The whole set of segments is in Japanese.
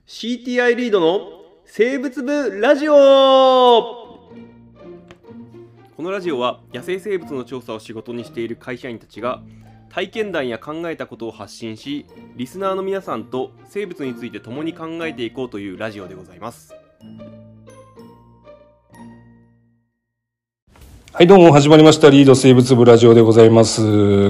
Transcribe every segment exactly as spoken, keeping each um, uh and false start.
シーティーアイ リードの生物部ラジオ。このラジオは野生生物の調査を仕事にしている会社員たちが体験談や考えたことを発信し、リスナーの皆さんと生物について共に考えていこうというラジオでございます。 はい、どうも始まりましたリード生物部ラジオでございます。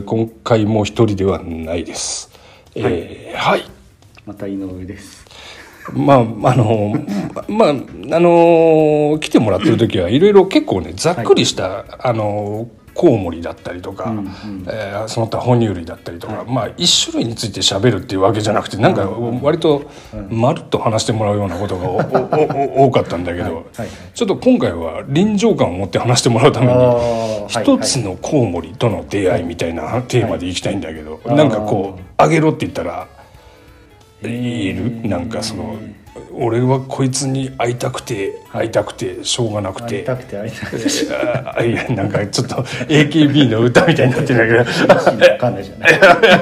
今回も一人ではないです。はい、えー、はい、 また井上です。 まああのまああの来てもらってる時はいろいろ結構ねざっくりした、はい、あのコウモリだったりとか、うんうんえー、その他哺乳類だったりとか、はい、まあ一種類について喋るっていうわけじゃなくて、なんか割とまるっと話してもらうようなことが多かったんだけど、はいはいはい、ちょっと今回は臨場感を持って話してもらうために一つのコウモリとの出会いみたいなテーマでいきたいんだけど、はいはい、なんかこうあげろって言ったらいる、なんかその俺はこいつに会いたくて会いたくてしょうがなくて会いたくて会いたくていやなんかちょっと エーケービー の歌みたいになってるんだけどわかんないじゃない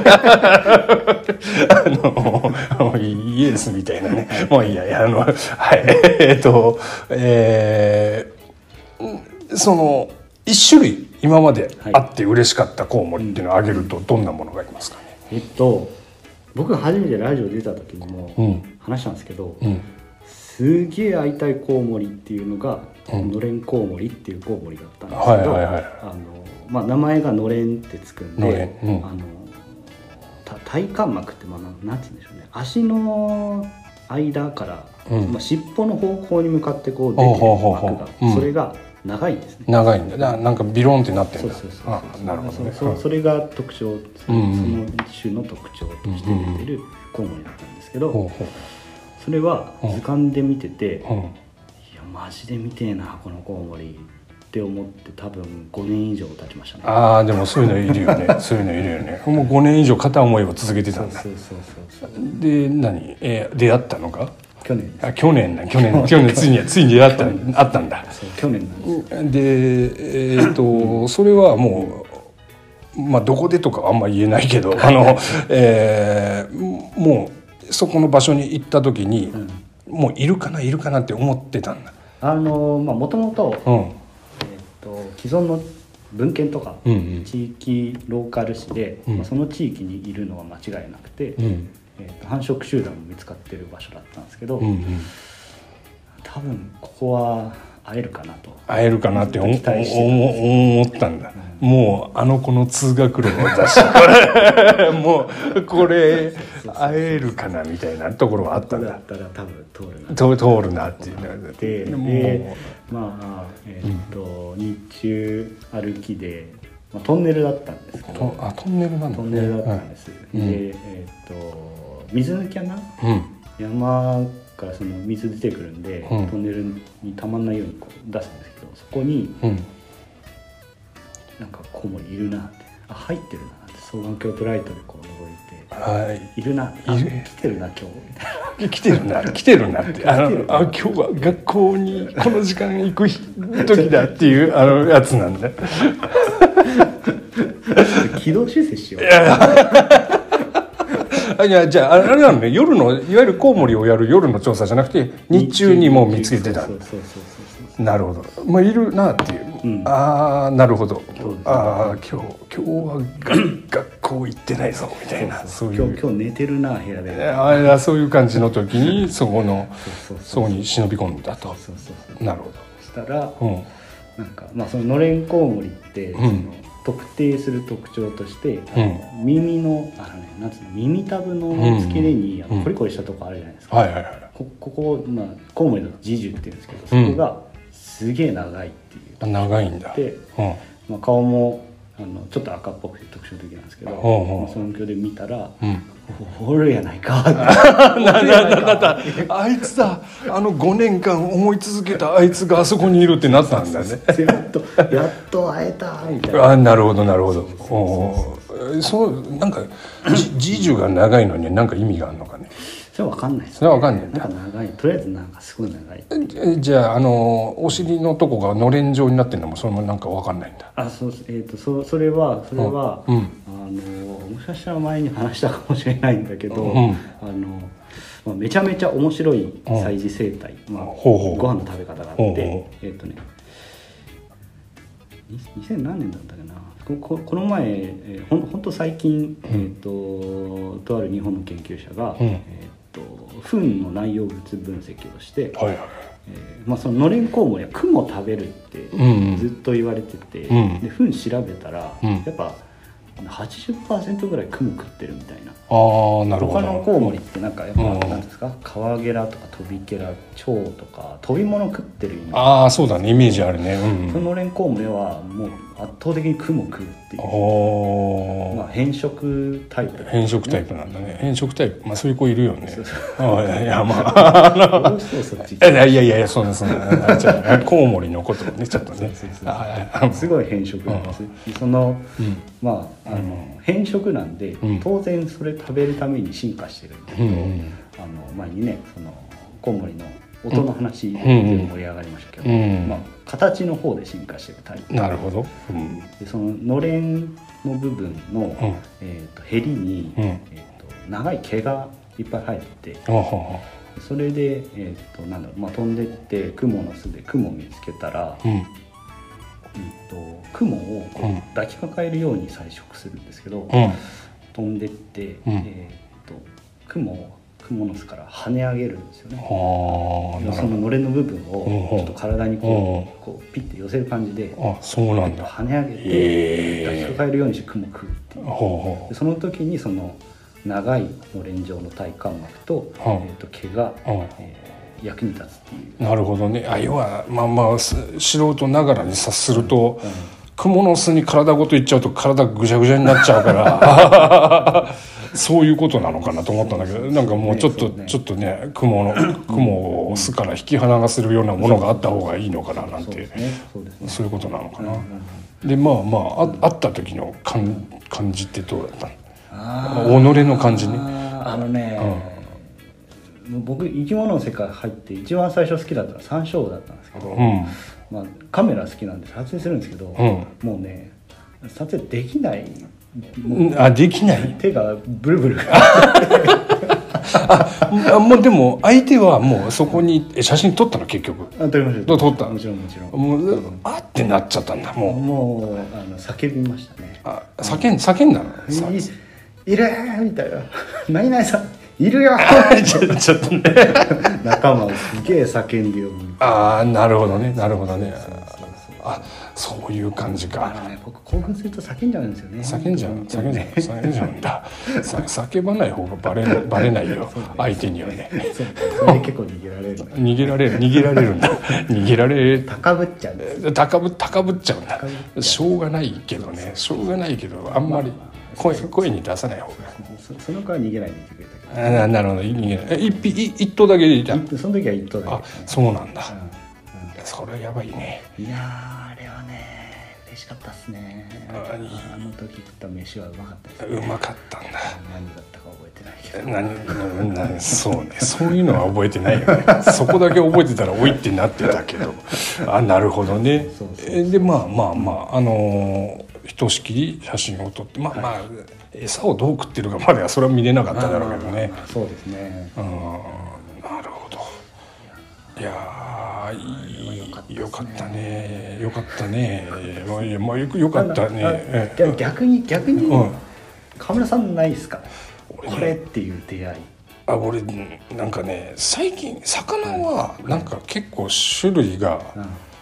あのイエスみたいなね、もういいやあのはいえっとえー、その一種類今まであって嬉しかったコウモリっていうのをあげるとどんなものがいますかね。 えっと僕が初めてラジオ出た時にも話したんですけど、うん、すげえ会いたいコウモリっていうのが、うん、のれんコウモリっていうコウモリだったんですけど、はいはいはい、あのまあ、名前がのれんってつくんで、うん、あの体幹膜ってまあなんて言うんでしょうね、足の間から、うんまあ、尻尾の方向に向かってこう出てる膜が、うん、それが長いんですね。 長いんだ。な、なんかビロンってなってるんだ。そうそうそうそう。あ、なるほどね。 そ, それが特徴、その一種の特徴として出てるコウモリだったんですけど、うんうん、それは図鑑で見てて、うん、いやマジで見てえなこのコウモリって思って多分ごねん以上経ちましたね。 ああでもそういうのいるよね。そういうのいるよね。もうごねん以上片思いを続けてたんだ。そうそうそうそう。で何、えー、出会ったのか？ 去年あ去年な去年去年ついについに出会ったあったんだ。 そう去年なんです。 でえっ、ー、とそれはもうまあどこでとかはあんま言えないけどあの、えー、もうそこの場所に行った時に、うん、もういるかないるかなって思ってたんだ。 あのまあもともとえっと既存の文献とか、うんうん、地域ローカル誌で、うんまあ、その地域にいるのは間違いなくて。うんえー、と繁殖集団も見つかってる場所だったんですけど、うんうん、多分ここは会えるかなと会えるかなって思ったんだ、うん、もうあの子の通学路だしもうこれ会えるかなみたいなところはあったんだ。 だったら多分通るな通るなっていうででまあえっ、ー、と、うん、日中歩きで、まあ、トンネルだったんですけどあトンネルなんだ、ね、 トンネルだったんです、はい、で、うん、えっ、ー、と水抜き穴、うん、山からその水出てくるんで、うん、トンネルにたまんないようにこう出すんですけど、そこに、うん、なんかコウモリいるなって、あ入ってるなって双眼鏡とライトでこう覗いて、はい、いるないる来てるな今日みたいな来てるな来てるなってあのあ今日は学校にこの時間行く時だっていうあのやつなんだ軌道修正しよういやじゃああれなのね、夜のいわゆるコウモリをやる夜の調査じゃなくて日中にも見つけてたんだ。なるほど、まあいるなっていう、うん、ああなるほど、ああ今日今日は学校行ってないぞみたいな、 そういう今日今日寝てるな部屋で、 あれそういう感じの時にそこのそこに忍び込んだと。なるほど。 したら、うん、なんかまあそののれんコウモリって、うん、その特定する特徴として、あの、うん、耳のあのねなんつうの耳たぶの付け根に、うん、コリコリしたとこあるじゃないですか。はいはいはい。こここまあコウモリだと耳珠って言うんですけど、そこがすげえ長いっていう。 うん、長いんだ。 で、うんまあ、顔もあのちょっと赤っぽくて特徴的なんですけど、うんまあ、その鏡で見たら、うん、おるやないかなななあいつだあのごねんかん思い続けたあいつがあそこにいるってなったんだね。 やっとやっと会えたみたいな。 あなるほどなるほど。そうそうなんか耳珠が長いのに何か意味があるのかね。 それは分かんないです、ね、 それは分かんない、ね、 なんか長いとりあえずなんかすごい長い。じゃああのお尻のとこがのれん状になってるのもそれもなんか分かんないんだ。 あそうえっ、ー、とそそれはそれは、うん、あのもしかしたら前に話したかもしれないんだけど、うん、あのまあ、めちゃめちゃ面白い祭事生態、まあ、 ほうほうご飯の食べ方があって、 ほうほえっ、とねにせん何年だったかな、こ, この前、えー、ほんほんと最近、うん、えー、ととある日本の研究者が、うん、えー、と糞の内容物分析をして、はいはい、えーまあ、そののれんコウモリはクモを食べるってずっと言われてて、うんうん、で糞調べたら、うん、やっぱはちじゅっパーセント ぐらいクモ食ってるみたいな。 あ、なるほど。 他のコウモリってなんかやっぱ何ですか、カワゲラとかトビケラ、チョウとか飛び物食ってるイメージ。 ああ、そうだね、イメージあるね。うん、 そののれんコウモリはもう圧倒的にクモ食うっていう、まあ、変色タイプ、ね、 変色タイプなんだね。変色タイプ、まあそういう子いるよね。そうそう、あ、いや、まあどうしてそっちいやいやいやいや、そうですね。コウモリのことをね、ちょっとね、そうそうそう、 すごい変色なんです。うん、その、うん、まああの、うん、変色なんで、うん、当然それ食べるために進化してるんだけど、うんうん、あの前にね、そのコウモリの音の話で盛り上がりましたけど、うんうん、まあ、形の方で進化してるタイプ。 なるほど。うん、 でそののれんの部分の、うん、えー、とヘリに、うん、えー、と長い毛がいっぱい生えてて、うん、それで、えー、となんだろう、まあ、飛んでってクモの巣でクモを見つけたら、うん、うん、とクモをこう抱きかかえるように採食するんですけど、うん、飛んでって、うん、えー、とクモをクモの巣から跳ね上げるんですよね。あ、そののれんの部分をちょっと体にこう、こうピッて寄せる感じで、 あ、そうなんだ、 跳ね上げて抱きかかえるようにしてクモを食うっていう。でその時にその長いのれん状の体幹膜と、えー、と毛が、えー、役に立つっていう。 なるほどね。あ、要はまあまあ素人ながらに察すると、うんうん、クモの巣に体ごといっちゃうと体ぐちゃぐちゃになっちゃうからそういうことなのかなと思ったんだけど、なんかもうちょっと、ね、ちょっとね、クモのクモを巣から引き離するようなものがあった方がいいのかななんて、そういうことなのかな。で、まあまあ、あ会った時の感感じってどうだったの？己の感じね。 あのね、うん、僕生き物の世界入って一番最初好きだったのはサンショウウオだったんですけど、うん、まあ、カメラ好きなんで撮影するんですけど、うん、もうね撮影できない。 あ、できない。 手がブルブルあ、もうでも相手はもうそこに写真撮ったの結局。 あ、撮りました。 撮った。 もちろんもちろん。 もうあってなっちゃったんだ。もう。 もうあの叫びましたね。 あ、叫ん叫んだの。 い, いるみたいな。何々さんいるよちょちょっとね。 仲間をすげえ叫んでよ。 ああ、なるほどね、なるほどね。あ、そういう感じか。 あのね、僕興奮すると叫んじゃうんですよね。 叫んじゃう、叫んじゃう、叫んじゃうんだ。叫ばない方がバレバレないよ、相手にはね。 それで結構逃げられる。 逃げられる、逃げられるんだ。逃げられる。 高ぶっちゃうんです。 高ぶ高ぶっちゃうんだ。しょうがないけどね、しょうがないけど、あんまり声声に出さない方が。 その子は逃げないでいてくれたけど。あ、なるほど、逃げない。一匹一頭だけでいた。 その時は一頭だけ。 あ、そうなんだ。それはやばいね。 いやー、あれはね、嬉しかったっすね。あの時食った飯はうまかったですね。 うまかったんだ。 何だったか覚えてないけど。 何何そうね、そういうのは覚えてないよね。そこだけ覚えてたらおいってなってたけど。あ、なるほどね。そうそうそう。で、まあまあまあ、あのー、ひとしきり写真を撮って、まあまあ、はい、餌をどう食ってるかまではそれは見れなかっただろうけどね。 そうですね。 うん、なるほど。いやー、よかったね、よかったね、まあ、いや、まあ、よ, よかったね。 逆に逆に、うん、河村さんないですか、これっていう出会い。 あ、俺なんかね、最近魚はなんか結構種類が、うん、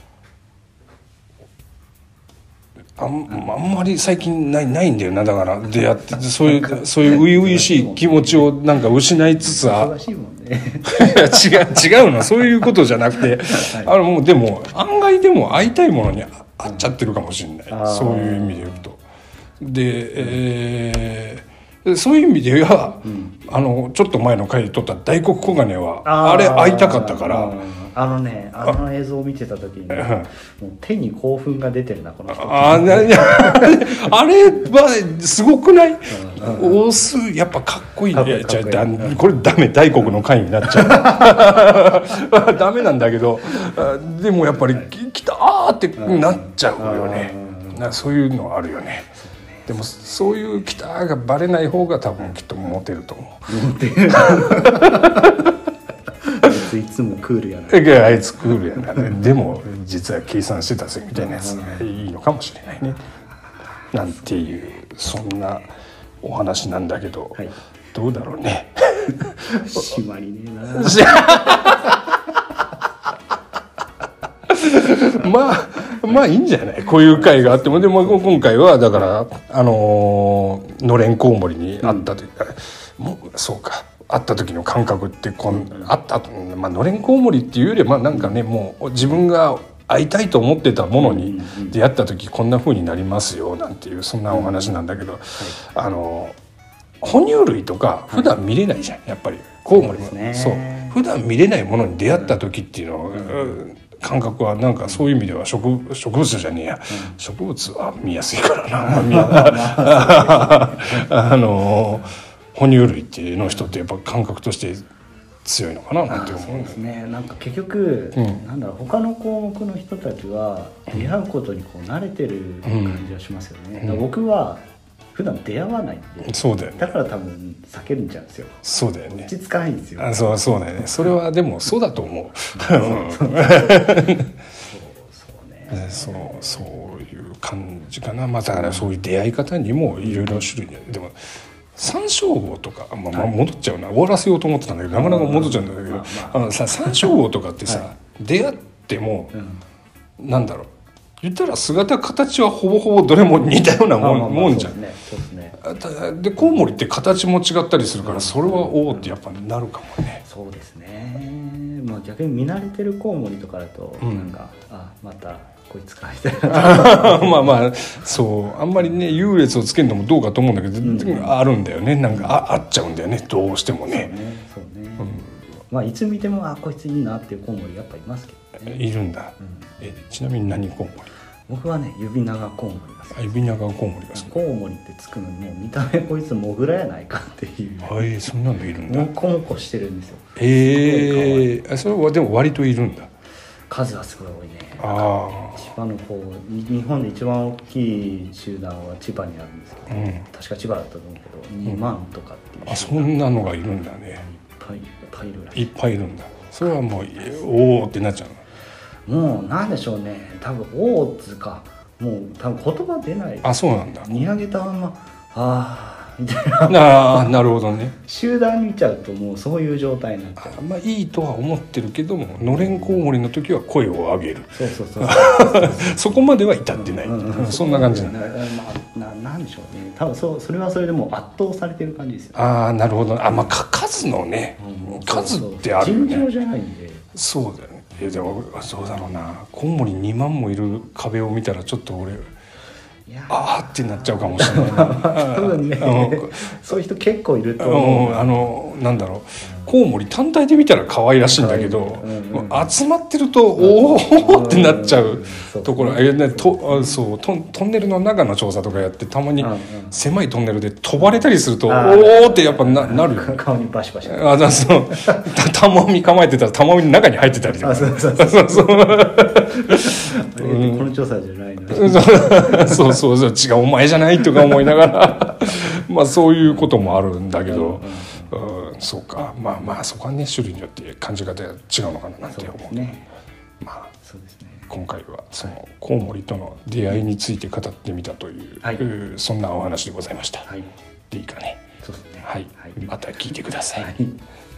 あ ん, あんまり最近ないないんだよな。だから出会ってそういうそういう初々しい気持ちをなんか失いつつあ忙しいもんねいや違う違うの、そういうことじゃなくて、はい、あのもうでも案外でも会いたいものに会っちゃってるかもしれない、うん、そういう意味で言うと。で、えー、そういう意味では、うん、あのちょっと前の回で撮った大黒黄金は あ, あれ会いたかったから。 あのね、あの映像を見てた時に、ね、もう手に興奮が出てるなこの人。 ああ、ね、あれはすごくない？オスやっぱかっこいいね。じゃあこれダメ、大黒の回になっちゃう。ダメなんだけど、でもやっぱりきたーってなっちゃうよね。なそういうのあるよね。 でもそういうキターがバレない方が多分きっとモテると思う。 モテるあいついつもクールやな。 あいつクールやな、ね、でも実は計算してたぜみたいなやつがいいのかもしれないね。なんていうそんなお話なんだけど、はい、どうだろうね。 締まりねえな。 まあまあいいんじゃない、こういう会があっても。でも今回はだからあのー、のれんコウモリに会ったというか、うん、もうそうか会った時の感覚ってこん、うん、あったまあのれんコウモリっていうよりはまあなんかね、もう自分が会いたいと思ってたものに出会った時こんな風になりますよなんていうそんなお話なんだけど、うんはい、あの哺乳類とか普段見れないじゃん、やっぱりコウモリも、ね、そう普段見れないものに出会った時っていうのを、うん、感覚はなんかそういう意味では 植, 植物じゃねえや、うん、植物は見やすいからなあの哺乳類っていうの人ってやっぱ感覚として強いのかななんて思う。 そうですね。なんか結局、うん、なんだろう他の項目の人たちは出会うことにこう慣れてる感じはしますよね。うん、僕は普段出会わないんで、 そうだよね。 だから多分避けるんじゃうんですよ。 そうだよね。 落ち着かないんですよ。 あ、そうそうだよね。それはでもそうだと思う。そうそういう感じかな。まあだからそういう出会い方にもいろいろ種類でも。サンショウウオとか、まあ、まあ戻っちゃうな、終わらせようと思ってたんだけどなかなか戻っちゃうんだけど、まあまあ、あのさサンショウウオとかってさ、はい、出会っても、うん、なんだろう言ったら姿形はほぼほぼどれも似たようなもん、まあまあまあもんじゃん。で、ね、コウモリって形も違ったりするから、それはおおってやっぱなるかもね。 そうですね。まあ逆に見慣れてるコウモリとかだと、うん、なんかあまたこいつかみたいなまあまあそうあんまりね優劣をつけるのもどうかと思うんだけど、うん、あるんだよね。なんかあ合っちゃうんだよね、どうしてもね。 そうね、そうね、うん、まあいつ見てもあこいついいなっていうコウモリやっぱいますけどね。 いるんだ、うん、えちなみに何コウモリ？ 僕はね指長コウモリが好き。 指長コウモリが好き。 コウモリってつくのにもう見た目こいつモグラやないかっていう。 はい、そんなのいるんだ。 モコモコしてるんですよ。 ええー、それはでも割といるんだ。 数はすごい多いね。 あ千葉の方、日本で一番大きい集団は千葉にあるんですけど、うん、確か千葉だったと思うけどにまんとかっていう、うん、 あそんなのがいるんだね。 いっぱいいっぱいいるらしい。 いっぱいいるんだ。それはもうおおってなっちゃうの。もうなんでしょうね、多分おおっつうかもう多分言葉出ない。 あ、そうなんだ。 見上げたままああみたいな。ああ、なるほどね。 集団見ちゃうともうそういう状態になっちゃう。 まあいいとは思ってるけども、のれんコウモリの時は声を上げる。 そうそうそうそこまでは至ってない、うんうんうん、そんな感じなの。 まあ、な, なんでしょうね。多分そうそれはそれでもう圧倒されてる感じですよ、ね。 ああ、なるほど。あ、まあ数のね、うん、数ってあるよね。 尋常じゃないんで。 そうだよね。いやでもそうだろうな。コウモリにまんもいる壁を見たらちょっと俺。あーってなっちゃうかもしれないな。 多分ね、そういう人結構いると思う。 あのなんだろう、コウモリ単体で見たら可愛らしいんだけど、うんうん、集まってるとおおってなっちゃうところ、えねとそうトントンネルの中の調査とかやってたまに狭いトンネルで飛ばれたりするとおおってやっぱ な, なるよ、ね。 顔にバシバシ。 あだそうたまみ構えてたらたまみの中に入ってたりとか。そうそうそうそう。この調査じゃないの。 そうそうそう違うお前じゃないとか思いながらまあそういうこともあるんだけど、うんうん、そうかまあまあそこはね種類によって感じ方が違うのかななんて思う。そうですね。まあそうですね。今回はそのコウモリとの出会いについて語ってみたという、はい、そんなお話でございました。はい、でいいかね。 そうですね。 はい。はい、また聞いてください。はい。